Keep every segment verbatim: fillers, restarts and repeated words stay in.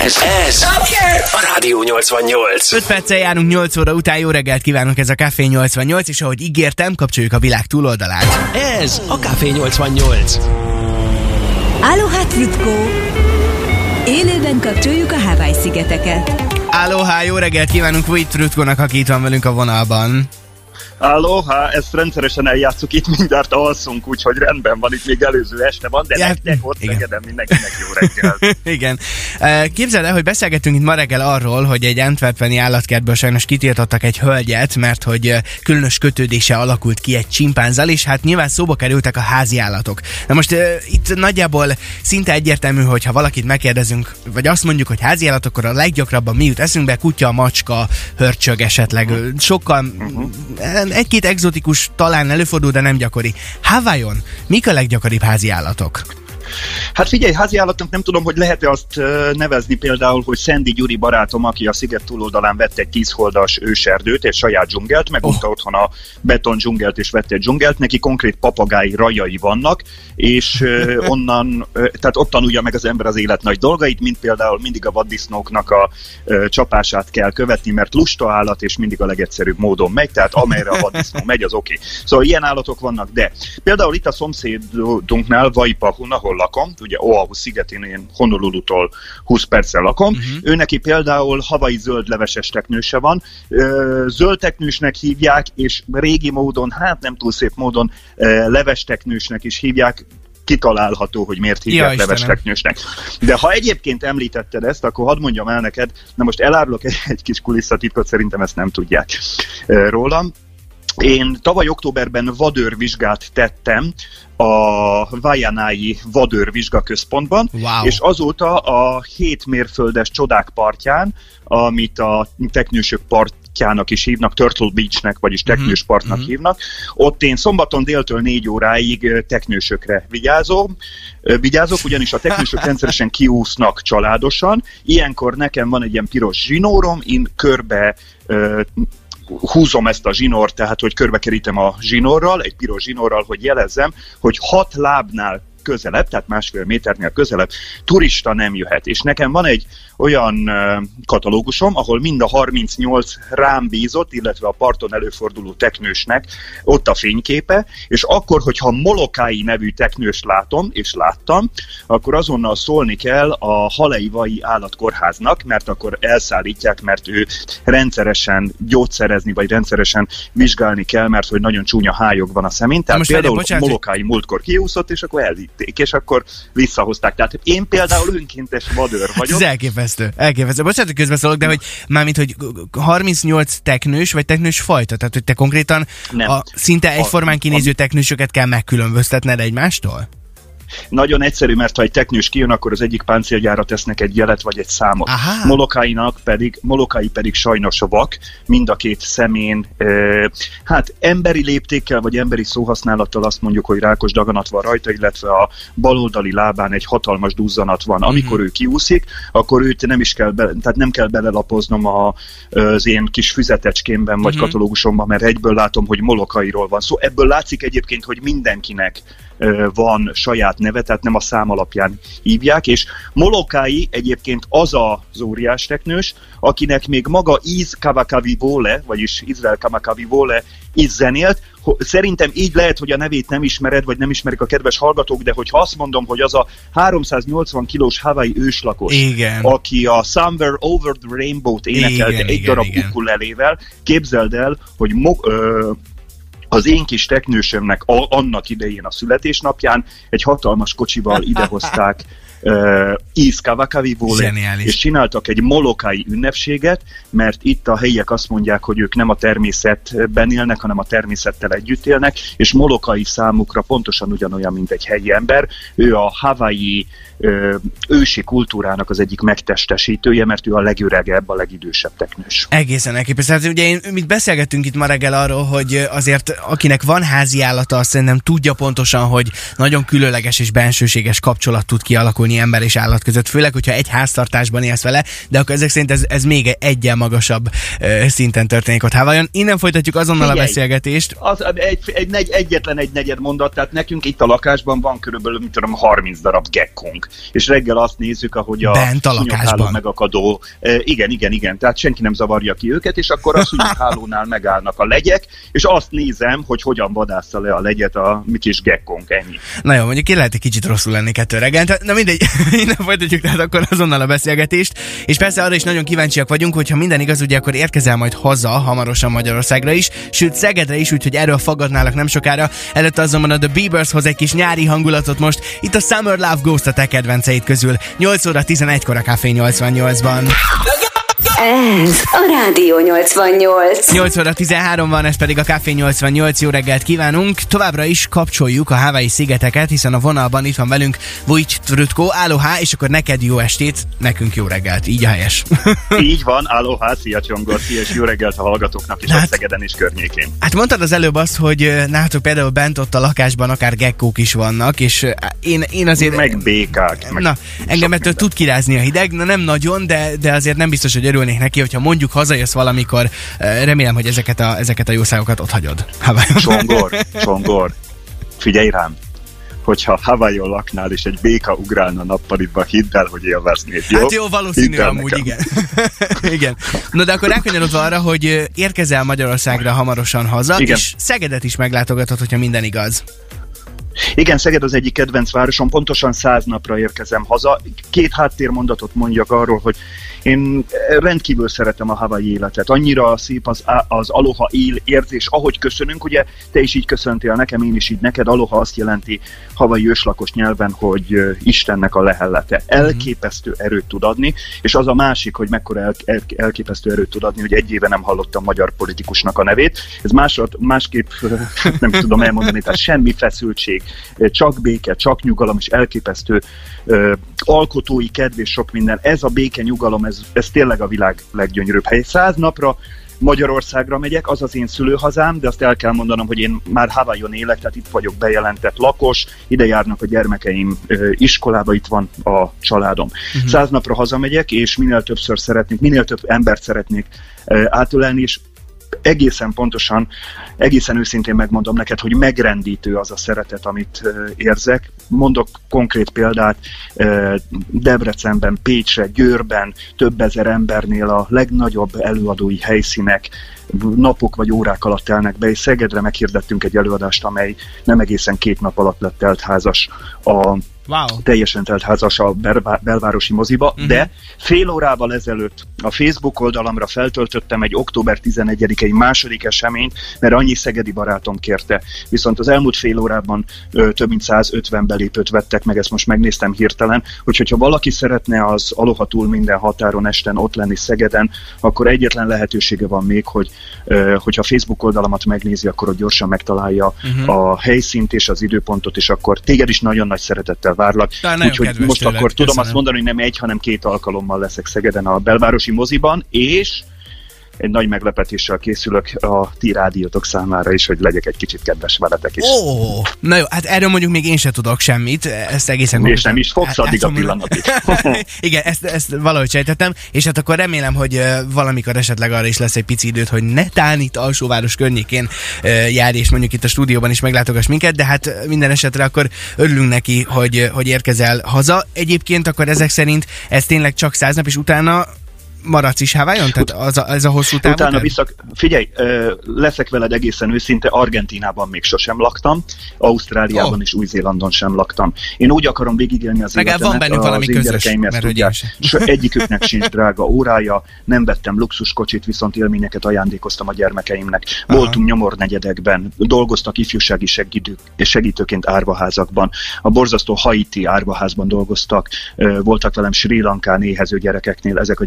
Ez, ez a Rádió nyolcvannyolc. öt perccel járunk nyolc óra után, jó reggelt kívánunk, ez a Café nyolcvannyolc, és ahogy ígértem, kapcsoljuk a világ túloldalát. Ez a Café nyolcvannyolc. Aloha Trutko! Élőben kapcsoljuk a Hawaii-szigeteket. Aloha, jó reggelt kívánunk Vojt Trutkonak, aki itt van velünk a vonalban. Aloha, ezt rendszeresen eljátszuk, itt mindjárt alszunk, úgyhogy rendben van, itt még előző este van, de ja, nektek ott Szegeden mindenkinek jó reggel. Igen. Képzeld el, hogy beszélgettünk itt ma reggel arról, hogy egy antwerpeni állatkertből sajnos kitiltottak egy hölgyet, mert hogy különös kötődése alakult ki egy csimpánzzal, és hát nyilván szóba kerültek a házi állatok. Na most uh, itt nagyjából szinte egyértelmű, hogy ha valakit megkérdezünk, vagy azt mondjuk, hogy házi állat, akkor a leggyakrabban mi jut eszünkbe, kutya, macska, hörcsög esetleg. Sokkal... Uh-huh. Egy-két egzotikus talán előfordul, de nem gyakori. Hawaiion mik a leggyakoribb házi állatok? Hát figyelj, háziállatnak nem tudom, hogy lehet-e azt nevezni például, hogy Szendi Gyuri barátom, aki a sziget túloldalán vett egy tízholdas őserdőt, egy saját dzsungelt, megunta oh. otthon a beton dzsungelt és vett egy dzsungelt, neki konkrét papagái rajai vannak, és onnan, tehát ott tanulja meg az ember az élet nagy dolgait, mint például mindig a vaddisznóknak a csapását kell követni, mert lusta állat, és mindig a legegyszerűbb módon megy, tehát amerre a vaddisznó megy, az oké. Okay. Szóval ilyen állatok vannak, de például itt a szomszédunknál, Vaipahun, ahol lakom, ugye Oahu szigetén, én Honolulutól húsz perccel lakom, uh-huh. ő neki például Hawaii zöld leveses teknőse van, zöld teknősnek hívják, és régi módon, hát nem túl szép módon leves teknősnek is hívják, kitalálható, hogy miért hívják ja, leves teknősnek. De ha egyébként említetted ezt, akkor hadd mondjam el neked, na most elárulok egy, egy kis kulisszatitkot, szerintem ezt nem tudják rólam. Én tavaly októberben vadőrvizsgát tettem a Vaianai vadőrvizsgaközpontban, wow. és azóta a hét mérföldes csodák partján, amit a teknősök partjának is hívnak, Turtle Beachnek, vagyis teknős partnak uh-huh. hívnak, ott én szombaton déltől négy óráig teknősökre vigyázom, vigyázok, ugyanis a teknősök rendszeresen kiúsznak családosan, ilyenkor nekem van egy ilyen piros zsinórom, én körbe húzom ezt a zsinort, tehát hogy körbekerítem a zsinórral, egy piros zsinórral, hogy jelezzem, hogy hat lábnál közelebb, tehát másfél méternél közelebb turista nem jöhet. És nekem van egy olyan uh, katalógusom, ahol mind a harmincnyolc rám bízott, illetve a parton előforduló teknősnek ott a fényképe, és akkor, hogyha Molokai nevű teknőst látom, és láttam, akkor azonnal szólni kell a Haleiwai állatkórháznak, mert akkor elszállítják, mert ő rendszeresen gyógyszerezni, vagy rendszeresen vizsgálni kell, mert hogy nagyon csúnya hályog van a szemén. Tehát például bocsánat, Molokai múltkor kiúszott, és akkor elvitték, és akkor visszahozták. Tehát én például önkéntes vadőr vagyok. Ez elképesztő, elképesztő. Bocsánat, hogy közbeszólok, de hogy mármint, hogy harmincnyolc teknős, vagy teknős fajta? Tehát, hogy te konkrétan a szinte egyformán kinéző teknősöket kell megkülönböztetned egymástól? Nagyon egyszerű, mert ha egy teknős kijön, akkor az egyik páncélgyára tesznek egy jelet vagy egy számot. Aha. Molokainak pedig, Molokai pedig sajnos vak, mind a két szemén, e, hát emberi léptékkel vagy emberi szóhasználattal azt mondjuk, hogy rákos daganat van rajta, illetve a baloldali lábán egy hatalmas duzzanat van. Amikor uh-huh. ő kiúszik, akkor őt nem is kell, be, tehát nem kell belelapoznom a, az én kis füzetecskémben vagy uh-huh. katalógusomban, mert egyből látom, hogy Molokairól van szó. Szóval ebből látszik egyébként, hogy mindenkinek van saját neve, tehát nem a szám alapján hívják, és Molokai egyébként az az óriás teknős, akinek még maga Iz Kavakavivole, vagyis Izrael Kavakavivole is zenélt. Szerintem így lehet, hogy a nevét nem ismered, vagy nem ismerik a kedves hallgatók, de hogyha azt mondom, hogy az a háromszáznyolcvan kilós Hawaii őslakos, igen. aki a Somewhere Over the Rainbow-t énekelte igen, egy igen, darab igen. ukulelével, képzeld el, hogy mo- ö- az én kis teknősömnek a, annak idején a születésnapján egy hatalmas kocsival idehozták uh, Iz Kavakavivole, és csináltak egy molokai ünnepséget, mert itt a helyiek azt mondják, hogy ők nem a természetben élnek, hanem a természettel együtt élnek, és Molokai számukra pontosan ugyanolyan, mint egy helyi ember. Ő a Hawaii ö, ősi kultúrának az egyik megtestesítője, mert ő a legöregebb, a legidősebb teknős. Egészen elképesztő. Hát ugye én, mit beszélgettünk itt ma reggel arról, hogy azért akinek van házi állata, azt szerintem tudja pontosan, hogy nagyon különleges és bensőséges kapcsolat tud kialakulni boldogulni ember és állat között, főleg, hogyha egy háztartásban élsz vele, de akkor ezek szerint ez, ez még egyen magasabb uh, szinten történik ott Hawaiion. Innen folytatjuk azonnal Figyelj, a beszélgetést. Az, egy, egy, egy, egyetlen egy negyed mondat, tehát nekünk itt a lakásban van körülbelül, mit tudom, harminc darab gekkónk, és reggel azt nézzük, ahogy a, a szúnyogháló megakadó, uh, igen, igen, igen, tehát senki nem zavarja ki őket, és akkor a szúnyoghálónál megállnak a legyek, és azt nézem, hogy hogyan vadásza le a legyet a mi kis gekkónk, ennyi. Na jó, mondjuk én lehet egy kicsit rosszul lenni kettő reggel. Na mindegy, innen folytatjuk tehát akkor azonnal a beszélgetést, és persze arra is nagyon kíváncsiak vagyunk, hogyha minden igaz, ugye akkor érkezel majd haza hamarosan Magyarországra is, sőt Szegedre is, úgyhogy erről fogadnálak nem sokára. Előtte azonban a The Biebers hoz egy kis nyári hangulatot most, itt a Summer Love Ghost a te kedvenceid közül. nyolc óra tizenegykor a Café nyolcvannyolcban. Ez a Rádió nyolcvannyolc. nyolc óra tizenhárom van, ez pedig a Café nyolcvannyolc. Jó reggelt kívánunk! Továbbra is kapcsoljuk a Hawaii szigeteket, hiszen a vonalban itt van velünk Vujtvrutko, aloha, és akkor neked jó estét, nekünk jó reggelt, így a helyes. Így van, aloha, szia Csongor, szia, és jó reggelt a hallgatóknak is, hát, a Szegeden és környékén. Hát mondtad az előbb azt, hogy nálatok például bent ott a lakásban akár gekkók is vannak, és én, én azért... Meg békák. Meg na, engem ettől tud kirázni a hideg, na nem nagyon, de, de azért nem biztos, hogy örülnék neki, hogyha mondjuk hazajössz valamikor, remélem, hogy ezeket a, ezeket a jószágokat ott hagyod. Csongor, Csongor, figyelj rám, hogyha Hawaiion laknál és egy béka ugrálna nappaliba, hidd el, hogy élveznéd, jó? Hát jó, valószínű amúgy, igen. Igen. No, de akkor rákanyarodva arra, hogy érkezel Magyarországra hamarosan haza, igen. És Szegedet is meglátogatod, hogyha minden igaz. Igen, Szeged az egyik kedvenc városom, pontosan száz napra érkezem haza. Két háttérmondatot mondjak arról, hogy én rendkívül szeretem a Hawaii életet. Annyira szép az, az aloha él érzés, ahogy köszönünk, ugye te is így köszöntél nekem, én is így neked. Aloha azt jelenti Hawaii őslakos nyelven, hogy Istennek a lehellete. Elképesztő erőt tud adni, és az a másik, hogy mekkora el, el, elképesztő erőt tud adni, hogy egy éve nem hallottam magyar politikusnak a nevét. Ez másod, másképp nem tudom elmondani, tehát semmi feszültség, csak béke, csak nyugalom, és elképesztő uh, alkotói kedv és sok minden. Ez a béke, nyugalom, ez, ez tényleg a világ leggyönyörűbb hely. Száz napra Magyarországra megyek, az az én szülőhazám, de azt el kell mondanom, hogy én már Hawaiion élek, tehát itt vagyok bejelentett lakos, ide járnak a gyermekeim uh, iskolába, itt van a családom. Uh-huh. Száz napra hazamegyek, és minél többször szeretnék, minél több embert szeretnék uh, átölelni, és egészen pontosan, egészen őszintén megmondom neked, hogy megrendítő az a szeretet, amit uh, érzek. Mondok konkrét példát, uh, Debrecenben, Pécsre, Győrben több ezer embernél a legnagyobb előadói helyszínek napok vagy órák alatt telnek be, és Szegedre meghirdettünk egy előadást, amely nem egészen két nap alatt lett teltházas a Wow. teljesen teltházas a belvárosi moziba, uh-huh. de fél órával ezelőtt a Facebook oldalamra feltöltöttem egy október tizenegyedikei második eseményt, mert annyi szegedi barátom kérte. Viszont az elmúlt fél órában ö, több mint százötven belépőt vettek meg, ezt most megnéztem hirtelen, úgyhogy ha valaki szeretne az Aloha túl minden határon esten ott lenni Szegeden, akkor egyetlen lehetősége van még, hogy ö, hogyha a Facebook oldalamat megnézi, akkor ott gyorsan megtalálja uh-huh. a helyszínt és az időpontot, és akkor téged is nagyon nagy szeretettel várlak. Úgyhogy most tőled, akkor tudom azt mondani, hogy nem egy, hanem két alkalommal leszek Szegeden a belvárosi moziban, és egy nagy meglepetéssel készülök a ti rádiótok számára is, hogy legyek egy kicsit kedves veletek is. Ó, oh, na jó, hát erről mondjuk még én sem tudok semmit, ezt egészen és nem is fogsz hát, addig a pillanatig. Igen, ezt, ezt valahogy sejtettem, és hát akkor remélem, hogy uh, valamikor esetleg arra is lesz egy pici időt, hogy netán itt Alsóváros környékén uh, járj, és mondjuk itt a stúdióban is meglátogass minket, de hát minden esetre akkor örülünk neki, hogy, hogy érkezel haza. Egyébként akkor ezek szerint ez tényleg csak száz nap, és utána maradsz is Hawaiion? Tehát az a, ez a hosszú távú? Utána vissza, figyelj, leszek veled egészen őszinte, Argentínában még sosem laktam, Ausztráliában oh. és Új-Zélandon sem laktam. Én úgy akarom végigélni az életemet, van bennünk valami az én gyerekeim ezt tudják. Egyiküknek sincs drága órája, nem vettem luxuskocsit, viszont élményeket ajándékoztam a gyermekeimnek. Aha. Voltunk nyomornegyedekben, dolgoztak ifjúsági segítő, segítőként árvaházakban, a borzasztó Haiti árvaházban dolgoztak, voltak velem Srí Lankán éhező gyerekeknél, ezek a gyerekek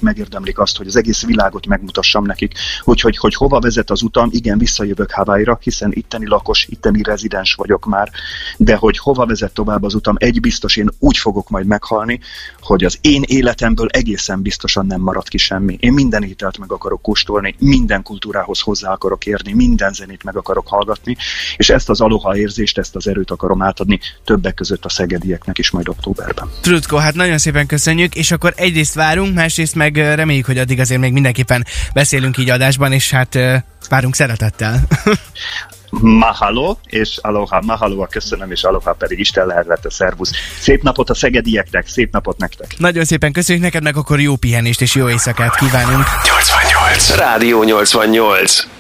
megérdemlik azt, hogy az egész világot megmutassam nekik, úgyhogy hogy hova vezet az utam, igen, visszajövök Hawaii-ra, hiszen itteni lakos, itteni rezidens vagyok már, de hogy hova vezet tovább az utam, egy biztos, én úgy fogok majd meghalni, hogy az én életemből egészen biztosan nem marad ki semmi. Én minden ételt meg akarok kóstolni, minden kultúrához hozzá akarok érni, minden zenét meg akarok hallgatni, és ezt az aloha érzést, ezt az erőt akarom átadni többek között a szegedieknek is majd októberben. Trutko, hát nagyon szépen köszönjük, és akkor egyrészt várunk, másrészt meg reméljük, hogy addig azért még mindenképpen beszélünk így adásban, és hát várunk szeretettel. Mahalo, és aloha, mahalo, köszönöm, és aloha pedig Isten lehetlete, szervusz. Szép napot a szegedieknek, szép napot nektek. Nagyon szépen köszönjük neked, meg akkor jó pihenést és jó éjszakát kívánunk. nyolcvannyolc Rádió nyolcvannyolc.